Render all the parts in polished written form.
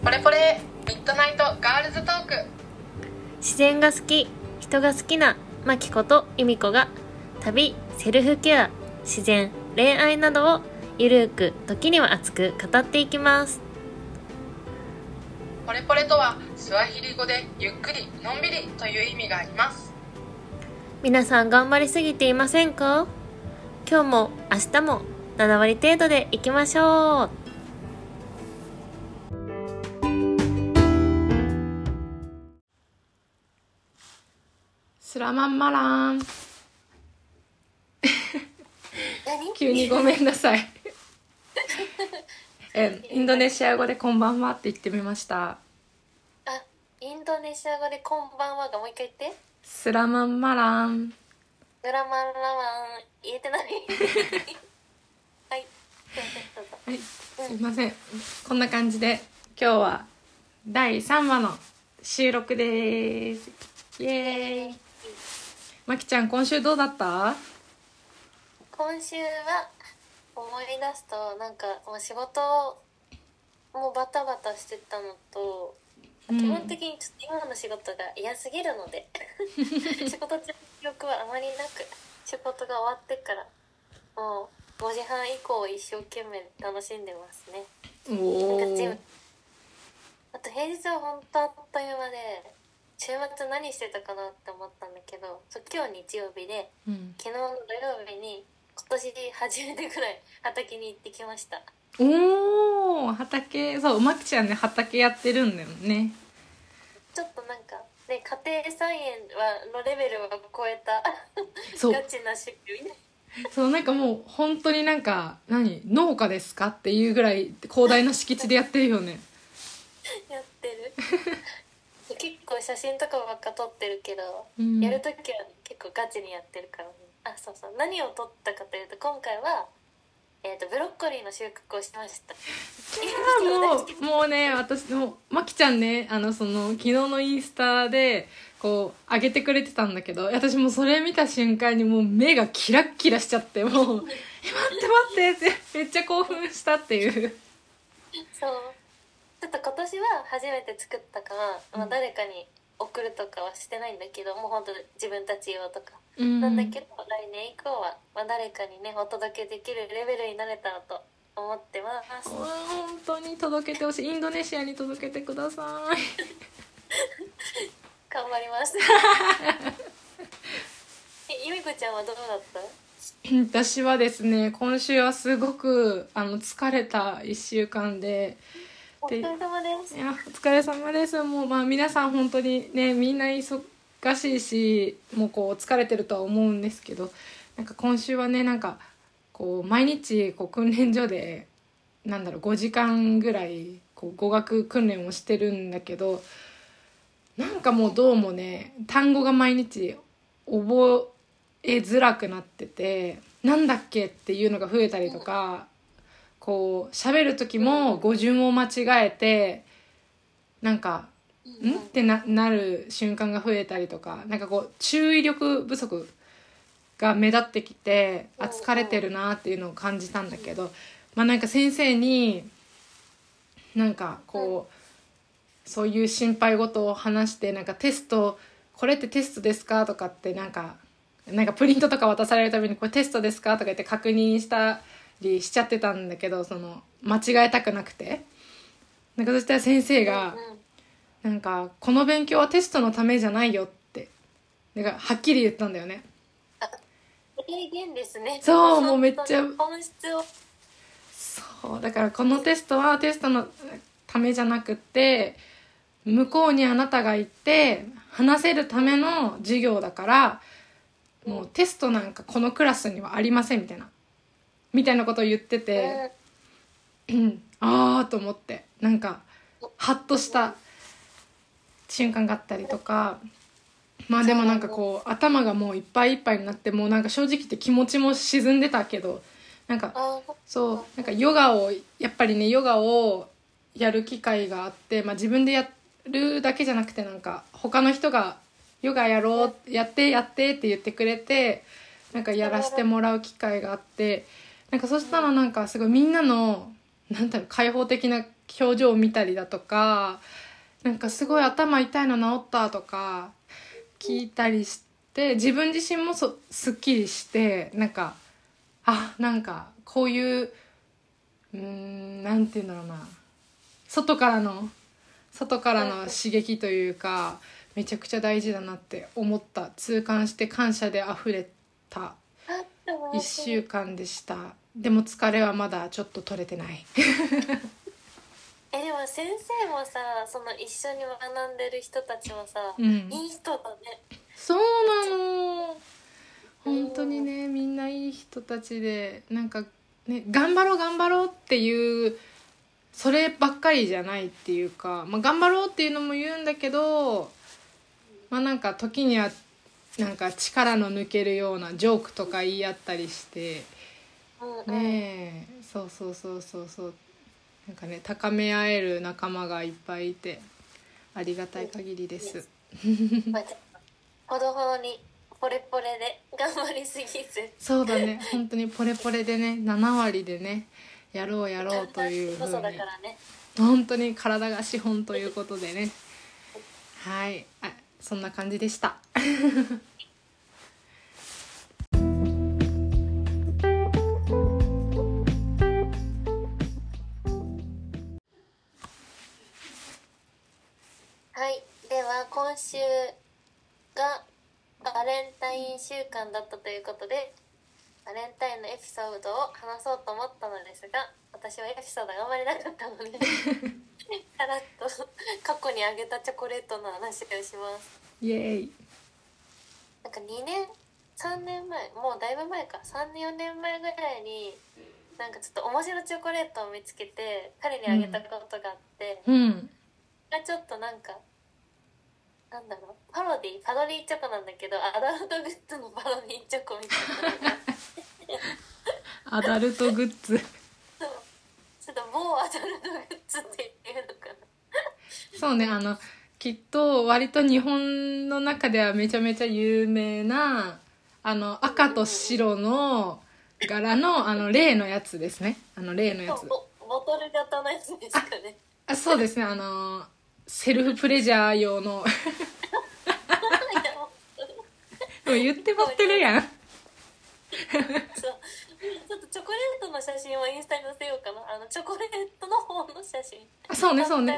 ポレポレミッドナイトガールズトーク。 自然が好き、人が好きなマキコとユミコが旅、セルフケア、自然、恋愛などをゆるーく時には熱く語っていきます。 ポレポレとはスワヒリ語でゆっくりのんびりという意味があります。 皆さん頑張りすぎていませんか？今日も明日も7割程度でいきましょう。 スラマンマラン急にごめんなさいインドネシア語でこんばんはって言ってみました。 インドネシア語でこんばんはがもう一回言って。 スラマンマラン。 ドラマンラマン言えてないはい、どうぞ。 はい、すいません。こんな感じで今日は第3話の収録です。イエーイ。まきちゃん、今週どうだった？ 今週は思い出すとなんかもう仕事もバタバタしてたのと、基本的にちょっと今の仕事が嫌すぎるので仕事中の記憶はあまりなく、仕事が終わってからもう5時半以降一生懸命楽しんでますね。なんかジム、あと平日は本当あっという間で、週末何してたかなって思ったんだけど、今日日曜日で、昨日の土曜日に今年初めてくらい畑に行ってきました。 おー、畑。そう、まきちゃんね、畑やってるんだよね。 ちょっとなんかね、家庭菜園のレベルを超えたそうガチな趣味ね。 そうなんかもう本当になんか農家ですかっていうぐらい広大な敷地でやってるよねやってる結構写真とかばっか撮ってるけど、やるときは結構ガチにやってるからね。そうそう、何を撮ったかというと、今回はブロッコリーの収穫をしました。 もうね、私もまきちゃんね、その昨日のインスタでこう上げてくれてたんだけど、私もそれ見た瞬間にもう目がキラッキラしちゃって、もう待ってってめっちゃ興奮したっていう。 そうちょっと今年は初めて作ったから、誰かに送るとかはしてないんだけど、もう本当自分たち用とかなんだけど、来年以降は、誰かにねお届けできるレベルになれたらと思ってます。 本当に届けてほしい。インドネシアに届けてください頑張りますゆみこちゃんはどうだった？ 私はですね、今週はすごく疲れた1週間で、 お疲れ様です。 いや、お疲れ様です。もう皆さん本当にね、みんな忙しいし、もうこう疲れてるとは思うんですけど、なんか今週はね、なんかこう毎日こう訓練所で5時間ぐらいこう語学訓練をしてるんだけど、なんかもうどうもね、単語が毎日覚えづらくなってて、なんだっけっていうのが増えたりとか、こう喋る時も語順を間違えてなんかんってなる瞬間が増えたりとか、なんかこう注意力不足が目立ってきて、疲れてるなっていうのを感じたんだけど、なんか先生になんかこうそういう心配事を話して、なんかテスト、これってテストですかとかってなんかプリントとか渡されるたびにこれテストですかとか言って確認したりしちゃってたんだけど、その間違えたくなくて、なんかそしたら先生がなんかこの勉強はテストのためじゃないよってなんかはっきり言ったんだよね。 名言ですね。 そう、もうめっちゃ本質を。 そうだから、このテストはテストのためじゃなくて、向こうにあなたが行って話せるための授業だから、もうテストなんかこのクラスにはありませんみたいなことを言ってて、あーと思って、なんかハッとした瞬間があったりとか、でもなんかこう頭がもういっぱいいっぱいになって、もうなんか正直言って気持ちも沈んでたけど、なんかそうなんかヨガをやる機会があって、自分でやるだけじゃなくて、なんか他の人がヨガやろう、やってって言ってくれて、なんかやらせてもらう機会があって、なんかそしたらなんかすごいみんなの開放的な表情を見たりだとか、なんかすごい頭痛いの治ったとか聞いたりして、自分自身もすっきりして、なんかなんかこういうなんていうんだろうな、外からの刺激というか、めちゃくちゃ大事だなって思った、痛感して感謝であふれた1週間でした。でも疲れはまだちょっと取れてないでも先生もさ、その一緒に学んでる人たちもさ、 うん、 いい人だね。 そうなの、本当にね、みんないい人たちで、なんかね、頑張ろうっていうそればっかりじゃないっていうか、頑張ろうっていうのも言うんだけど、なんか時にはなんか力の抜けるようなジョークとか言い合ったりして、ねえ、そうなんかね、高め合える仲間がいっぱいいてありがたい限りです。 ほどほどにポレポレで頑張りすぎず、 そうだね、本当にポレポレでね、7割でね、やろうというふうに、 だからね、 本当に体が資本ということでね、はい、そんな感じでしたはい、では今週がバレンタイン週間だったということで、バレンタインのエピソードを話そうと思ったのですが、私はエピソードがあまりなかったのでさらっと過去にあげたチョコレートの話をします。 イエーイ。 なんか2年3年前、もうだいぶ前か、3年4年前ぐらいになんかちょっと面白いチョコレートを見つけて彼にあげたことがあって、ちょっとなんかなんだろう、パロディチョコなんだけど、アダルトグッズのパロディチョコみたいなアダルトグッズちょっと某アダルトグッズっていうのかなそうね、きっと割と日本の中ではめちゃめちゃ有名な赤と白の柄の例のやつですね。例のやつ、 ボトル型のやつですかね。 そうですね、セルフプレジャー用のでも言ってもってるやんそうちょっとチョコレートの写真をインスタに載せようかな。チョコレートの方の写真、 そうねそれ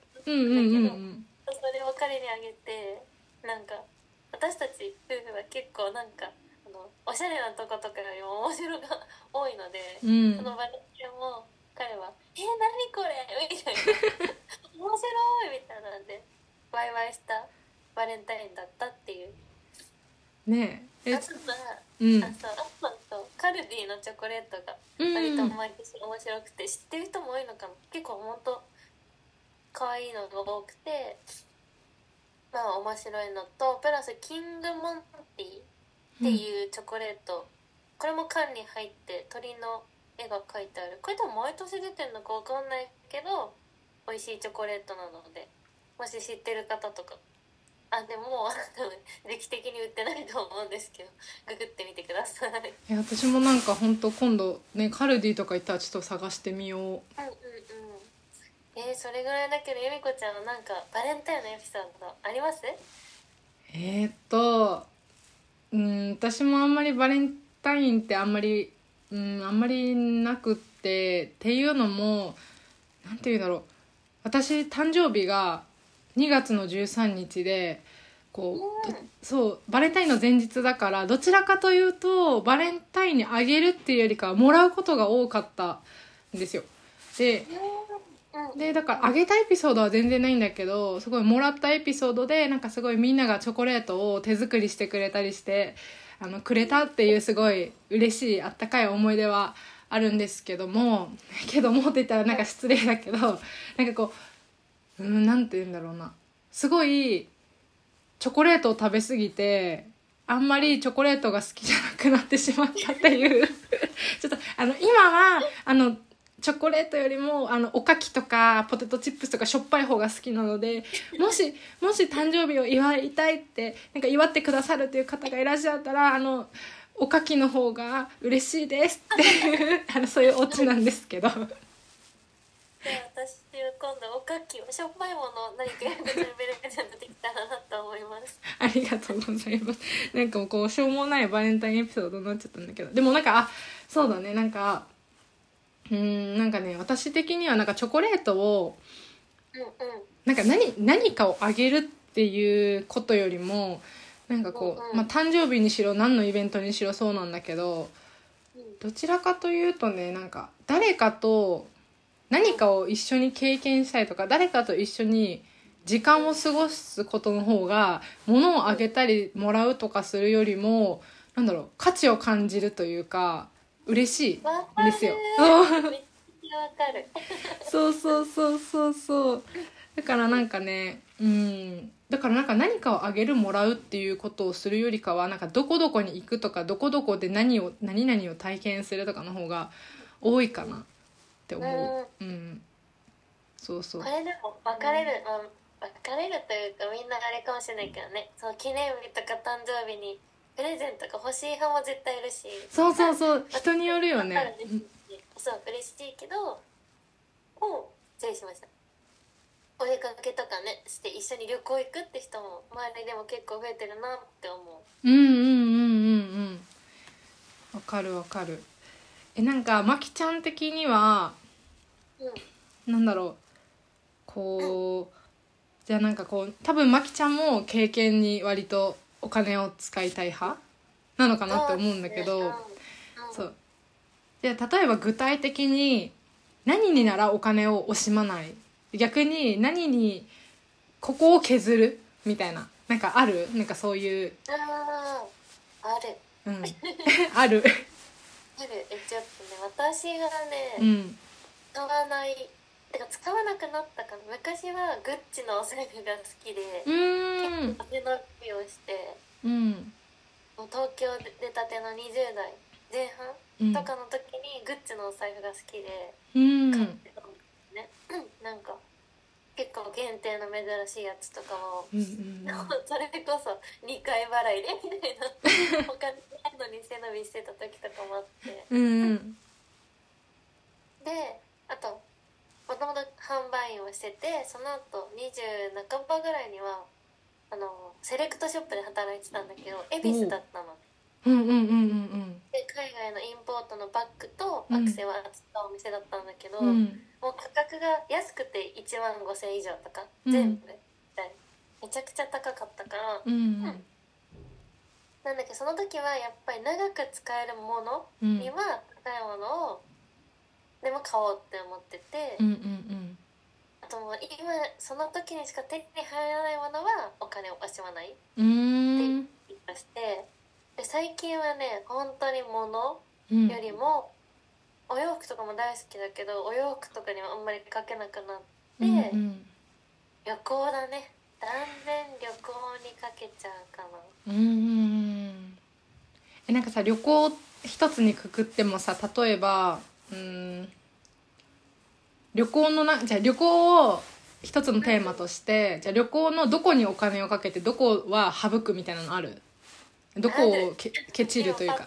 を彼にあげて、なんか私たち夫婦は結構なんかおしゃれなとことかよりも面白が多いので、そのバレンタインも彼は「何これ!」みたいな「面白い!」みたいなんでワイワイしたバレンタインだったっていうねえ。 あとは、カルディのチョコレートが割と毎年面白くて、知ってる人も多いのかな。結構ほんと可愛いのが多くて、面白いのと、プラスキングモンティっていうチョコレート、これも缶に入って鳥の絵が描いてある。これでも毎年出てるのか分かんないけど美味しいチョコレートなので、もし知ってる方とか、でも時期的に売ってないと思うんですけど、ググってみてください。 私もなんか本当今度ね、カルディとか行ったらちょっと探してみよう。 それぐらいだけど、由美子ちゃんはなんかバレンタインのエピソードあります？ 私もあんまりバレンタインってあんまりなくっていうのも、なんていうんだろう、私誕生日が2月の13日で、そうバレンタインの前日だから、どちらかというとバレンタインにあげるっていうよりかはもらうことが多かったんですよ。でだからあげたエピソードは全然ないんだけど、すごいもらったエピソードで、なんかすごいみんながチョコレートを手作りしてくれたりしてくれたっていう、すごい嬉しいあったかい思い出はあるんですけどもって言ったらなんか失礼だけど、なんかこうなんて言うんだろうな、すごいチョコレートを食べ過ぎて、あんまりチョコレートが好きじゃなくなってしまったっていうちょっと今はチョコレートよりもおかきとかポテトチップスとかしょっぱい方が好きなので、もし誕生日を祝いたいって、なんか祝ってくださるという方がいらっしゃったら、おかきの方が嬉しいですっていうそういうオチなんですけどで、私は今度おかきをしょっぱいもの何かやるとベルクちゃんとできたらなと思います。 ありがとうございます。なんかもうこうしょうもないバレンタインエピソードになっちゃったんだけど、でもなんかそうだね、なんかなんかね、私的にはなんかチョコレートをなんか何かをあげるっていうことよりも、なんかこう、誕生日にしろ何のイベントにしろそうなんだけど、どちらかというとね、なんか誰かと何かを一緒に経験したいとか、誰かと一緒に時間を過ごすことの方が、物をあげたりもらうとかするよりも、なんだろう、価値を感じるというか嬉しいんですよ。 めっちゃわかる。 そうだからなんかね、だからなんか何かをあげるもらうっていうことをするよりかは、なんかどこどこに行くとか、どこどこで何々を体験するとかの方が多いかなって思う。そうこれでも分かれるというか、みんなあれかもしれないけどね、その記念日とか誕生日にプレゼントが欲しい派も絶対いるし、 そう人によるよね。 そう嬉しいけど、失礼しました、お出かけとかねして一緒に旅行行くって人も周りでも結構増えてるなって思う。 わかる。なんかまきちゃん的には、なんだろう、こう、じゃあなんかこう、多分まきちゃんも経験に割とお金を使いたい派なのかなって思うんだけど、そうじゃあ例えば具体的に何にならお金を惜しまない、逆に何にここを削るみたいな、なんかある？なんかそういう。 あるあるちょっとね、私がね、使わないてか使わなくなったかな。昔はグッチのお財布が好きで結構手の旅をして、もう東京出たての20代前半とかの時にグッチのお財布が好きで買ってたんですね。なんか結構限定の珍しいやつとかを、それこそ2回払いでみたいなお金ないのに背伸びしてた時とかもあって、であともともと販売員をしてて、その後20半ばぐらいにはセレクトショップで働いてたんだけど、恵比寿だったの。で海外のインポートのバッグとアクセを扱うお店だったんだけど、もう価格が安くて1万5,000円以上とか、全部めちゃくちゃ高かったから、なんだけどその時はやっぱり長く使えるものには高いものをでも買おうって思ってて、あともう今その時にしか手に入らないものはお金を惜しまないって言いして、で最近はね本当に物よりも、お洋服とかも大好きだけどお洋服とかにはあんまりかけなくなって、旅行だね。断然旅行にかけちゃうかな。 なんかさ、旅行一つにくくってもさ、例えば旅行のじゃあ旅行を一つのテーマとして、じゃあ旅行のどこにお金をかけてどこは省くみたいなのある？どこをケチるというか。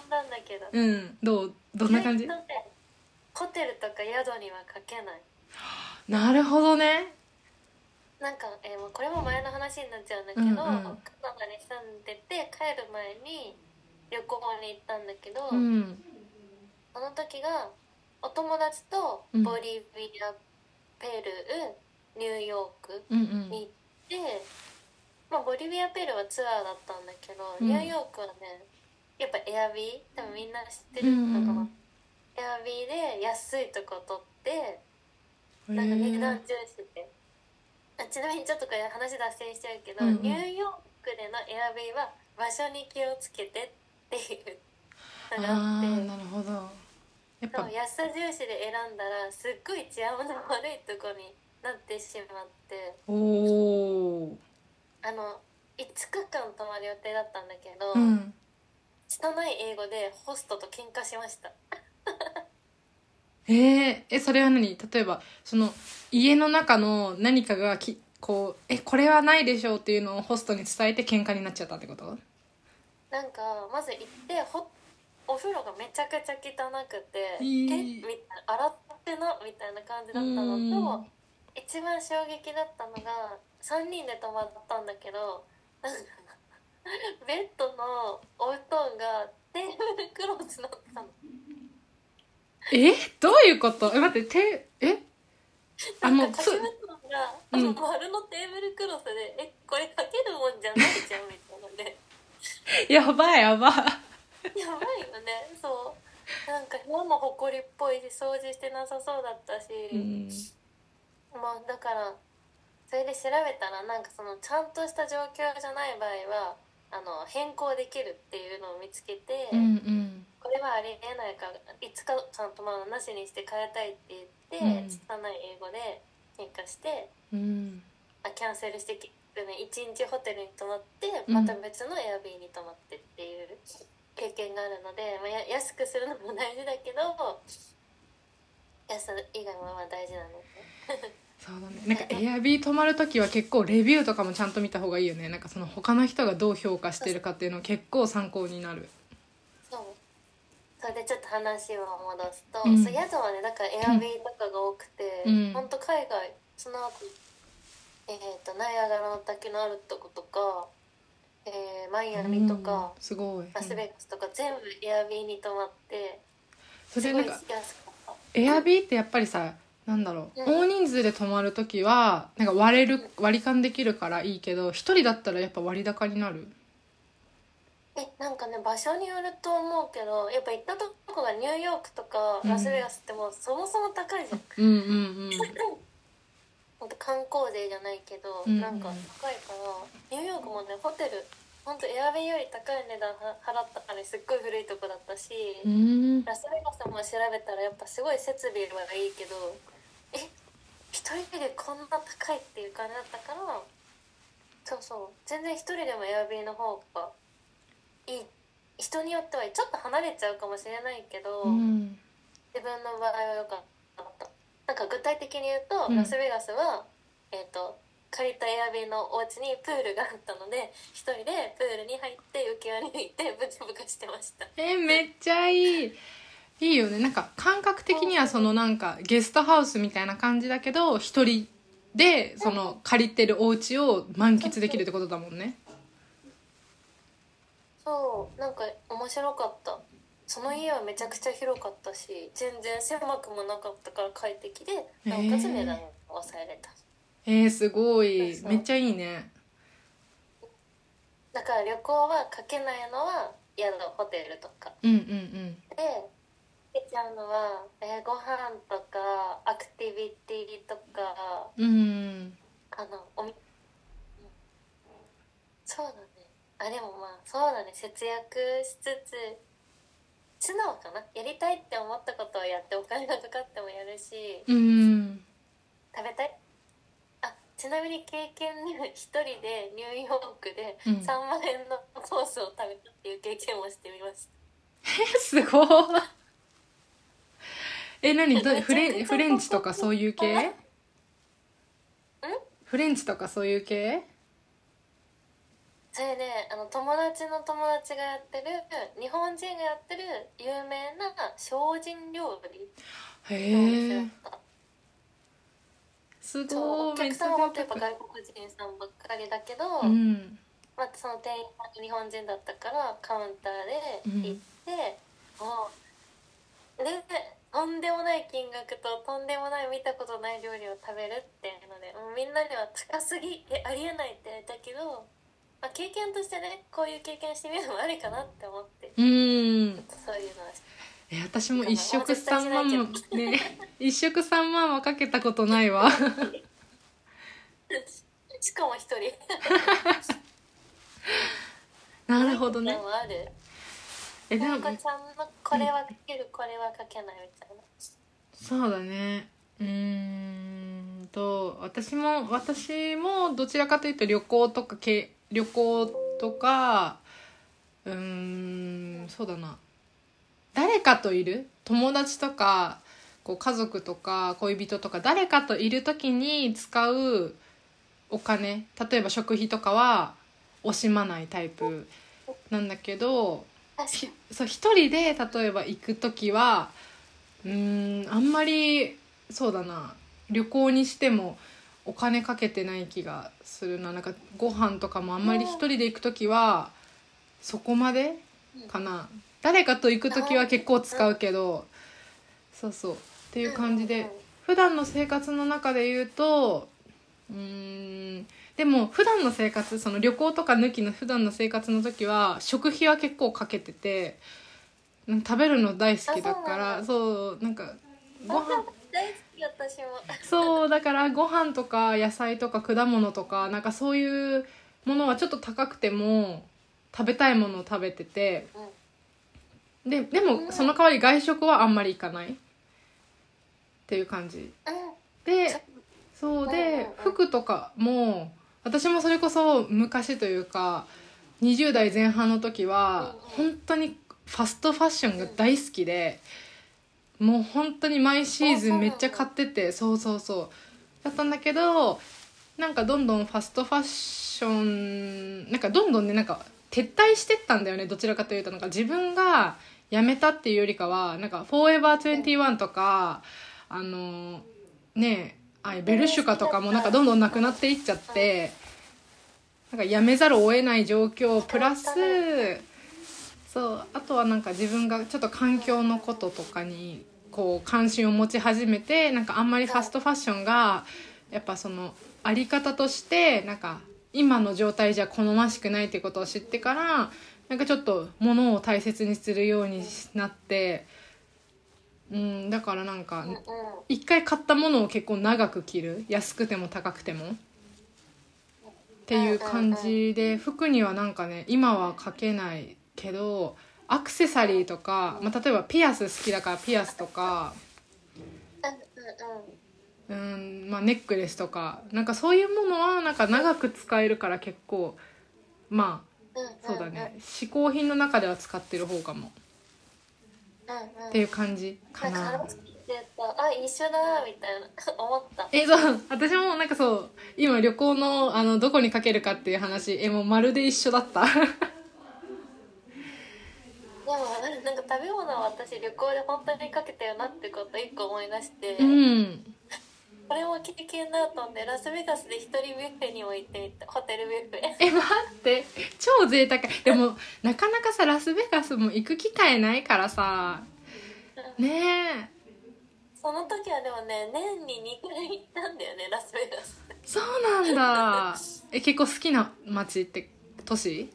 どんな感じ？ ホテルとか宿にはかけない。 なるほどね。 なんか、もうこれも前の話になっちゃうんだけど、カナダに住んでて帰る前に旅行に行ったんだけど、その時がお友達とボリビア、ペルー、ニューヨークに行って、ボリビアペルーはツアーだったんだけど、ニューヨークはねやっぱエアビー多分みんな知ってるのかな、エアビーで安いとこ取ってなんか値段重視で、ちなみにちょっとこれ話脱線しちゃうけど、ニューヨークでのエアビーは場所に気をつけてっていうのがあって、 なるほど。 やっぱ安さ重視で選んだらすっごい治安の悪いとこになってしまって、5日間泊まる予定だったんだけど、拙い英語でホストと喧嘩しました。 それは何？例えばその家の中の何かがこれはないでしょうっていうのをホストに伝えて喧嘩になっちゃったってこと？ なんかまず行ってお風呂がめちゃくちゃ汚くて、みたいな洗ってなみたいな感じだったのと、 一番衝撃だったのが3人で泊まったんだけど、なんかベッドのお布団がテーブルクロスだったの。 どういうこと？待ってなんか掛け布団が、丸のテーブルクロスでこれかけるもんじゃないじゃんみたいなのでやばいやばいよね。そうなんか部屋もほこりっぽいし掃除してなさそうだったし、もうだからそれで調べたら、なんかそのちゃんとした状況じゃない場合は変更できるっていうのを見つけて、これはありえないからいつかちゃんとなしにして変えたいって言って、拙い英語で変化して、キャンセルして1日ホテルに泊まって、また別のエアビーに泊まってっていう経験があるので、安くするのも大事だけど安以外も大事なんですね。 そうだね。なんかエアビー泊まるときは結構レビューとかもちゃんと見た方がいいよね。なんかその他の人がどう評価してるかっていうの結構参考になる。 それでちょっと話を戻すと、そう宿はねだからエアビーとかが多くて、ほんと海外その後ナイアガラの滝のあるとことか、マイアミとか、 すごいラスベガスとか全部エアビーに泊まって、 それなんかすごい安かった。 エアビーってやっぱりさ、なんだろう、大人数で泊まるときはなんか割り勘できるからいいけど、一人だったらやっぱ割高になる？ なんかね場所によると思うけど、やっぱ行ったとこがニューヨークとかラスベガスってもうそもそも高いじゃん。ほんと観光税じゃないけど、なんか高いから、ニューヨークもねホテルほんとエアビーより高い値段払ったからすっごい古いとこだったし、ラスベガスも調べたらやっぱすごい設備はいいけど、一人でこんな高いっていう感じだったから、全然一人でもエアビーの方がいい。人によってはちょっと離れちゃうかもしれないけど、自分の場合は良かった。なんか具体的に言うと、ラスベガスは借りたエアビーのお家にプールがあったので、一人でプールに入って浮き輪に浮いてブカブカしてました。 めっちゃいいよね。なんか感覚的にはそのなんかゲストハウスみたいな感じだけど、一人でその借りてるお家を満喫できるってことだもんね。 なんか面白かった。その家はめちゃくちゃ広かったし、全然狭くもなかったから快適で、なおかつ値段を抑えれた。 すごい。めっちゃいいね。 だから旅行はかけないのは宿、ホテルとかで、かけちゃうのはご飯とかアクティビティとか、そうだね。でもそうだね、節約しつつ素直かな。やりたいって思ったことをやってお金がかかってもやるし、食べたい。ちなみに経験に一人でニューヨークで3万円のコースを食べたっていう経験をしてみました。 すごい。何フレンチとかそういう系？フレンチとかそういう系？ それで友達の友達がやってる、日本人がやってる有名な精進料理のお店だった。 すごい。 お客さんはやっぱ外国人さんばっかりだけど、その店員さんが日本人だったからカウンターで行って、とんでもない金額ととんでもない見たことない料理を食べるっていうので、もうみんなには高すぎありえないって言ったけど、経験としてね、こういう経験してみるのもありかなって思って、そういうのは私も一食3万もね、一食3万はかけたことないわ。 しかも一人。 なるほどね。 でもちゃんのこれはかける、これはかけないみたいな。 そうだね。私もどちらかというと旅行とかそうだな、誰かといる友達とか家族とか恋人とか誰かといる時に使うお金、例えば食費とかは惜しまないタイプなんだけど、一人で例えば行く時はあんまりそうだな、 旅行にしてもお金かけてない気がするな。なんかご飯とかもあんまり一人で行く時はそこまでかな。誰かと行く時は結構使うけど、そうそうっていう感じで、普段の生活の中で言うとでも普段の生活、その旅行とか抜きの普段の生活の時は食費は結構かけてて、食べるの大好きだから、そうなんかご飯大好き私も。 そうだからご飯とか野菜とか果物とかなんかそういうものはちょっと高くても食べたいものを食べてて、でもその代わり外食はあんまり行かないっていう感じで、そうで服とかも私もそれこそ昔というか20代前半の時は本当にファストファッションが大好きで、もう本当に毎シーズンめっちゃ買ってて、そうだったんだけど、なんかどんどんファストファッションなんかどんどんねなんか撤退してったんだよね。どちらかというとなんか自分がやめたっていうよりかはなんかフォーエバー21とかベルシュカとかもなんかどんどんなくなっていっちゃって、なんかやめざるを得ない状況プラス、そうあとはなんか自分がちょっと環境のこととかにこう関心を持ち始めて、なんかあんまりファストファッションがやっぱそのあり方としてなんか今の状態じゃ好ましくないっていうことを知ってから、なんかちょっと物を大切にするようになって、だからなんか一回買ったものを結構長く着る、安くても高くてもっていう感じで、服にはなんかね今はかけないけどアクセサリーとか、例えばピアス好きだからピアスとかネックレスとかなんかそういうものはなんか長く使えるから結構そうだね、嗜好品の中では使ってる方かもっていう感じかな。 一緒だみたいな思った。 そう私もなんかそう今旅行のどこにかけるかっていう話もうまるで一緒だったでもなんか食べ物は私旅行で本当にかけたよなってこと一個思い出して、これも経験だと思って、ラスベガスで一人ビュッフェにも行ってみた。ホテルビュッフェ待って超贅沢。でもなかなかさラスベガスも行く機会ないからさねえ。 その時はでもね年に2回行ったんだよね、ラスベガス。 そうなんだ結構好きな街って都市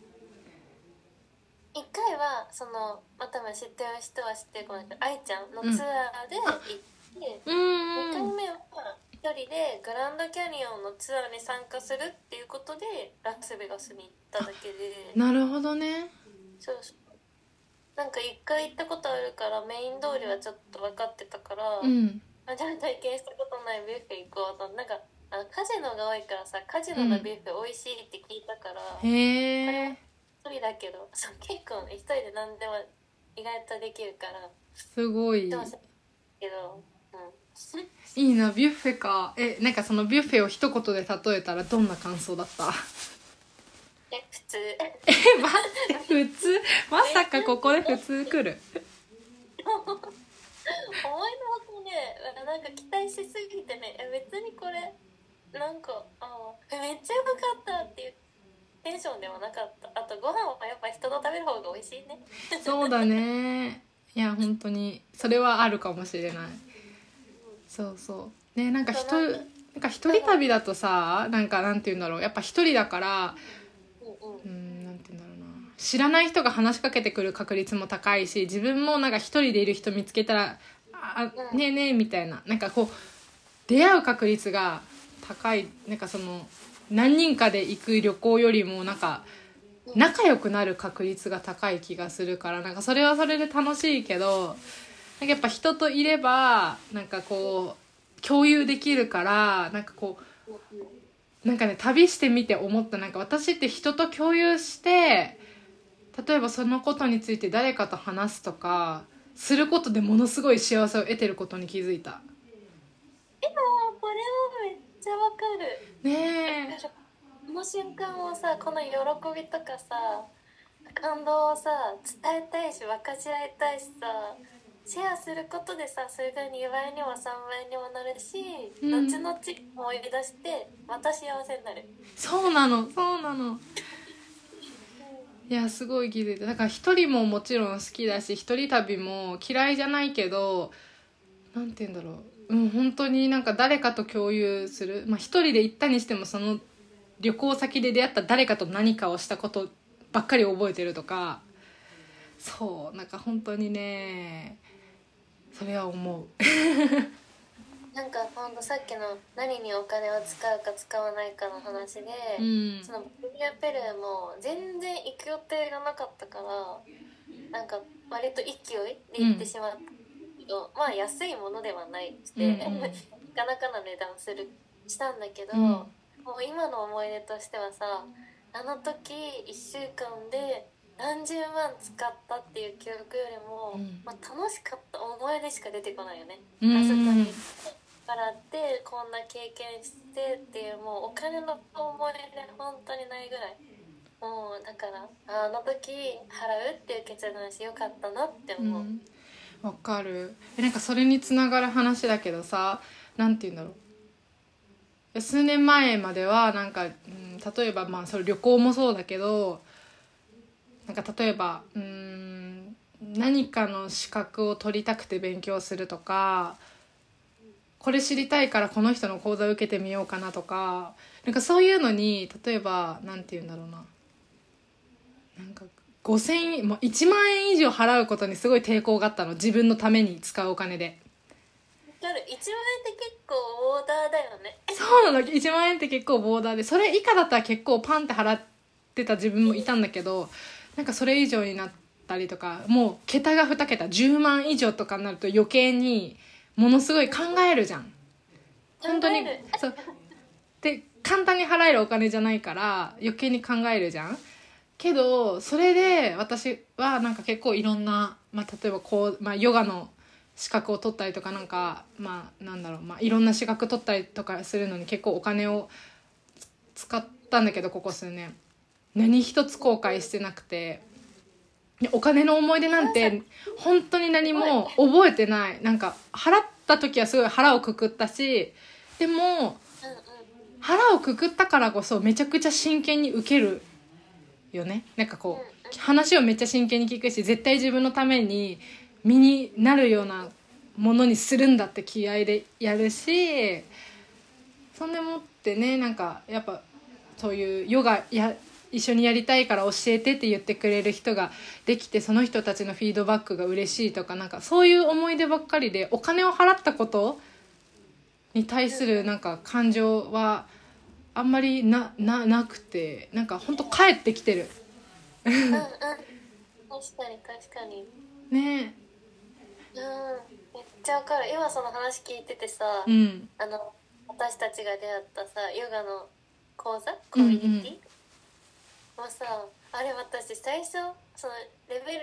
1回はその、多分知ってる人は知ってるかもしれない、愛ちゃんのツアーで行って、2回目は一人でグランドキャニオンのツアーに参加するっていうことでラスベガスに行っただけで。 なるほどね。 そうなんか1回行ったことあるからメイン通りはちょっと分かってたから、じゃあ体験したことないビュッフェ行こうと。なんかカジノが多いからさ、カジノのビュッフェ美味しいって聞いたから、 へえ。 一人だけど結構一人で何でも意外とできるからすごいけど、 いいな。ビュッフェか。なんかそのビュッフェを一言で例えたらどんな感想だった？ 普通。 待って普通？まさかここで普通来る？ 思いのほかね、なんか期待しすぎてね、別にこれなんかめっちゃ良かったっていうテンションでもなかった。あとご飯はやっぱ人と食べる方が美味しいね。 そうだね。いや本当にそれはあるかもしれない。そうね、なんか一人旅だとさ、なんていうんだろう、やっぱ一人だからなんていうんだろうな、知らない人が話しかけてくる確率も高いし、自分もなんか一人でいる人見つけたらねえねえみたいな、なんかこう出会う確率が高い。なんかその何人かで行く旅行よりもなんか仲良くなる確率が高い気がするから、なんかそれはそれで楽しいけど、なんかやっぱ人といればなんかこう共有できるから、なんかこうなんかね、旅してみて思った。なんか私って人と共有して、例えばそのことについて誰かと話すとかすることでものすごい幸せを得てることに気づいた。 これもめっちゃわかるねえ。 この瞬間をさ、この喜びとかさ感動をさ伝えたいし分かち合いたいしさ、 シェアすることでさ、それが2倍にも3倍にもなるし、 うん後々思い出してまた幸せになる。 そうなのそうなの。いやすごい気づいた。だから一人ももちろん好きだし、一人旅も嫌いじゃないけど、なんて言うんだろう、本当になんか誰かと共有する、一人で行ったにしてもその旅行先で出会った誰かと何かをしたことばっかり覚えてるとか、そうなんか本当にねそれは思う。 なんかほんとさっきの何にお金を使うか使わないかの話で、そのボリビアペルーも全然行く予定がなかったから、なんか割と勢いで行ってしまったけど、まあ安いものではないって、なかなかの値段したんだけど、もう今の思い出としてはさ、あの時1週間で何十万使ったっていう記憶よりも、楽しかった思い出しか出てこないよね。あそこに払ってこんな経験してっていう、もうお金の思い出本当にないぐらい。もうだからあの時払うっていう決断してよかったなって思う。 わかる。なんかそれにつながる話だけどさ、なんて言うんだろう、数年前まではなんか、例えばそれ旅行もそうだけど、なんか例えば何かの資格を取りたくて勉強するとか、これ知りたいからこの人の講座を受けてみようかなとか、なんかそういうのに例えばなんて言うんだろうな、なんか5000円、1万円以上払うことにすごい抵抗があったの、自分のために使うお金で。 1万円って結構オーダーだよね。 そうなの、1万円って結構ボーダーで、それ以下だったら結構パンって払ってた自分もいたんだけど、なんかそれ以上になったりとか、もう桁が2桁10万以上とかになると余計にものすごい考えるじゃん。本当にそうで、簡単に払えるお金じゃないから余計に考えるじゃん。けどそれで私はなんか結構いろんな、例えばヨガの資格を取ったりとか、なんかなんだろう、いろんな資格取ったりとかするのに結構お金を使ったんだけど、ここ数年何一つ後悔してなくて、お金の思い出なんて本当に何も覚えてない。なんか払った時はすごい腹をくくったし、でも腹をくくったからこそめちゃくちゃ真剣に受けるよね。なんかこう話をめっちゃ真剣に聞くし、絶対自分のために身になるようなものにするんだって気合でやるし、そんでもってね、なんかやっぱそういうヨガ一緒にやりたいから教えてって言ってくれる人ができて、その人たちのフィードバックが嬉しいとか、なんかそういう思い出ばっかりで、お金を払ったことに対するなんか感情はあんまりなくて、なんかほんと帰ってきてる。 確かに確かにねえ、めっちゃわかる。今その話聞いててさ、私たちが出会ったさヨガの講座コミュニティもさ、あれ私最初そのレベル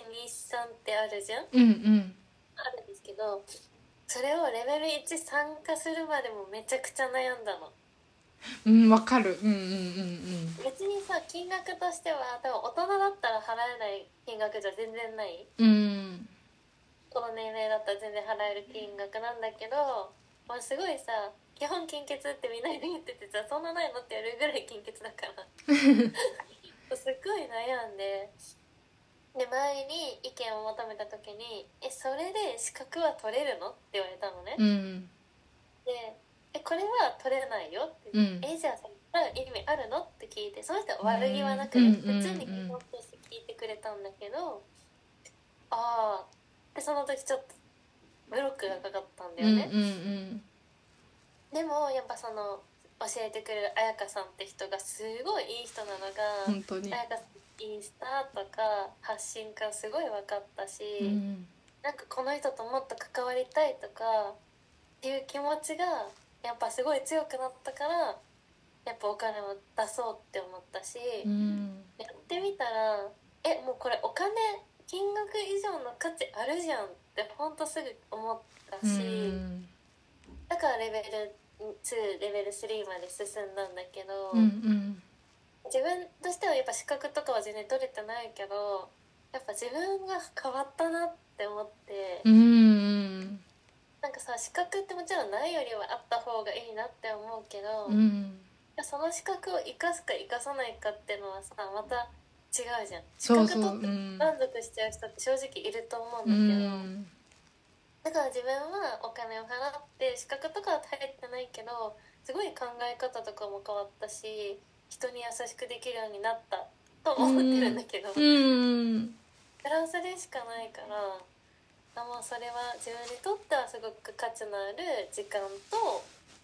123ってあるじゃん、あるんですけど、それをレベル1参加するまでもめちゃくちゃ悩んだの。 わかる。 別にさ金額としては多分大人だったら払えない金額じゃ全然ない、この年齢だったら全然払える金額なんだけど、すごいさ基本金欠ってみんなに言っててさ、そんなないのってやるぐらい金欠だからすっごい悩んで、で前に意見を求めた時に「それで資格は取れるの?」って言われたのね。でこれは取れないよって、じゃあそれ意味あるのって聞いて、その人は悪気はなくね、普通に疑問として聞いてくれたんだけど、でその時ちょっとブロックがかかったんだよね。でもやっぱその教えてくれる彩香さんって人がすごいいい人なのが、 本当に彩香さんインスタとか発信からすごい分かったし、なんかこの人ともっと関わりたいとかっていう気持ちがやっぱすごい強くなったから、やっぱお金を出そうって思ったし、やってみたらもうこれお金金額以上の価値あるじゃんってほんとすぐ思ったし、だからレベル2レベル3まで進んだんだけど、自分としてはやっぱ資格とかは全然取れてないけど、やっぱ自分が変わったなってって思って、なんかさ資格ってもちろんないよりはあった方がいいなって思うけど、その資格を生かすか生かさないかっていうのはさまた違うじゃん。資格取って満足しちゃう人って正直いると思うんだけど、だから自分はお金を払って資格とかは入ってないけどすごい考え方とかも変わったし人に優しくできるようになったと思ってるんだけど、プラスでしかないから、もうそれは自分にとってはすごく価値のある時間と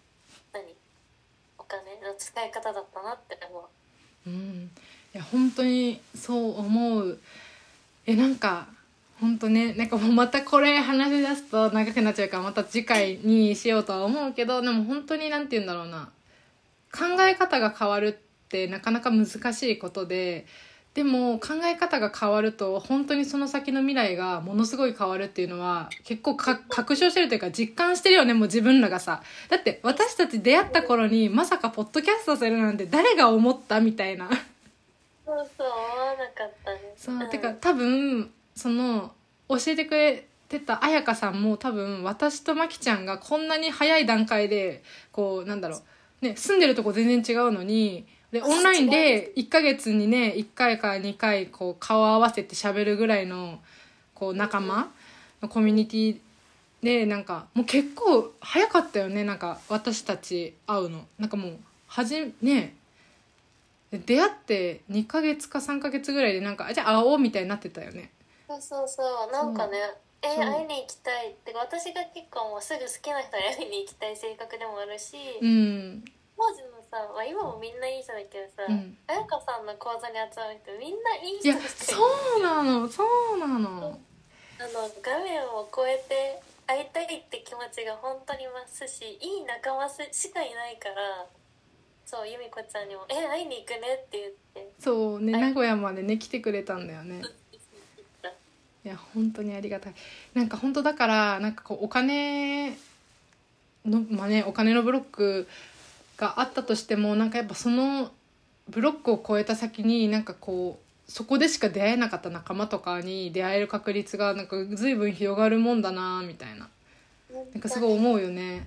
お金の使い方だったなって思う。 いや本当にそう思う。なんか本当ね、なんかもうまたこれ話し出すと長くなっちゃうからまた次回にしようとは思うけど、でも本当になんて言うんだろうな、考え方が変わるってなかなか難しいことで、でも考え方が変わると本当にその先の未来がものすごい変わるっていうのは結構確証してるというか実感してるよね。もう自分らがさ、だって私たち出会った頃にまさかポッドキャストするなんて誰が思ったみたいなそう思わなかったね。 そうてか多分その教えてくれてた彩香さんも多分私とまきちゃんがこんなに早い段階でこうなんだろうね、住んでるとこ全然違うのにでオンラインで1ヶ月にね1回か2回こう顔合わせて喋るぐらいのこう仲間のコミュニティでなんかもう結構早かったよね。なんか私たち会うのなんかもうね出会って2ヶ月か3ヶ月ぐらいでなんかじゃあ会おうみたいになってたよね。 そうなんかね会いに行きたいってか私が結構もうすぐ好きな人に会いに行きたい性格でもあるし、当時のさ、今もみんないい人だけどさ、彩香さんの講座に集まる人みんないい人しかいない。 そうなの画面を越えて会いたいって気持ちが本当に増すしいい仲間しかいないから、そう由美子ちゃんにも会いに行くねって言ってそうね名古屋までね来てくれたんだよね。いや本当にありがたい。なんか本当だからなんかこうお金のお金のブロックがあったとしてもなんかやっぱそのブロックを超えた先になんかこうそこでしか出会えなかった仲間とかに出会える確率がなんか随分広がるもんだなみたいな、なんかすごい思うよね。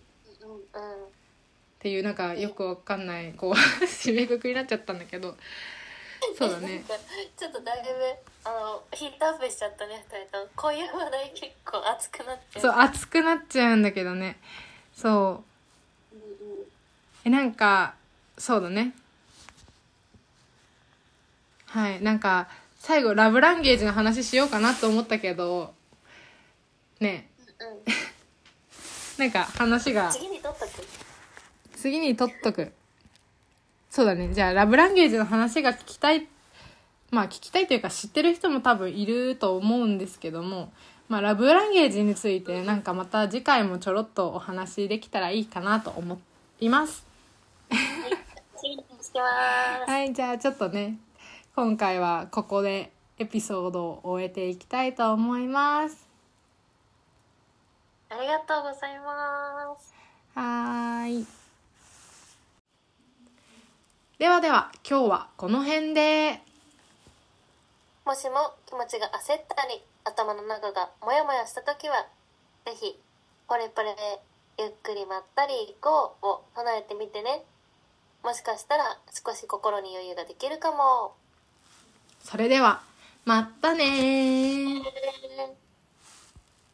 っていうなんかよくわかんないこう締めくくりになっちゃったんだけど、そうだねちょっとだいぶヒートアップしちゃったね2人とも。こういう話題結構熱くなっちゃう。 そう熱くなっちゃうんだけどね。そうなんかそうだね。はいなんか最後ラブランゲージの話しようかなと思ったけどねなんか話が次に取っとく。そうだね。じゃあラブランゲージの話が聞きたいというか知ってる人も多分いると思うんですけども、ラブランゲージについてなんかまた次回もちょろっとお話できたらいいかなと思います。はい、じゃあちょっとね今回はここでエピソードを終えていきたいと思います。 ありがとうございます。 はい。では今日はこの辺で。 もしも気持ちが焦ったり頭の中がモヤモヤした時はぜひポレポレゆっくりまったり行こうを唱えてみてね。もしかしたら少し心に余裕ができるかも。 それではまたねー。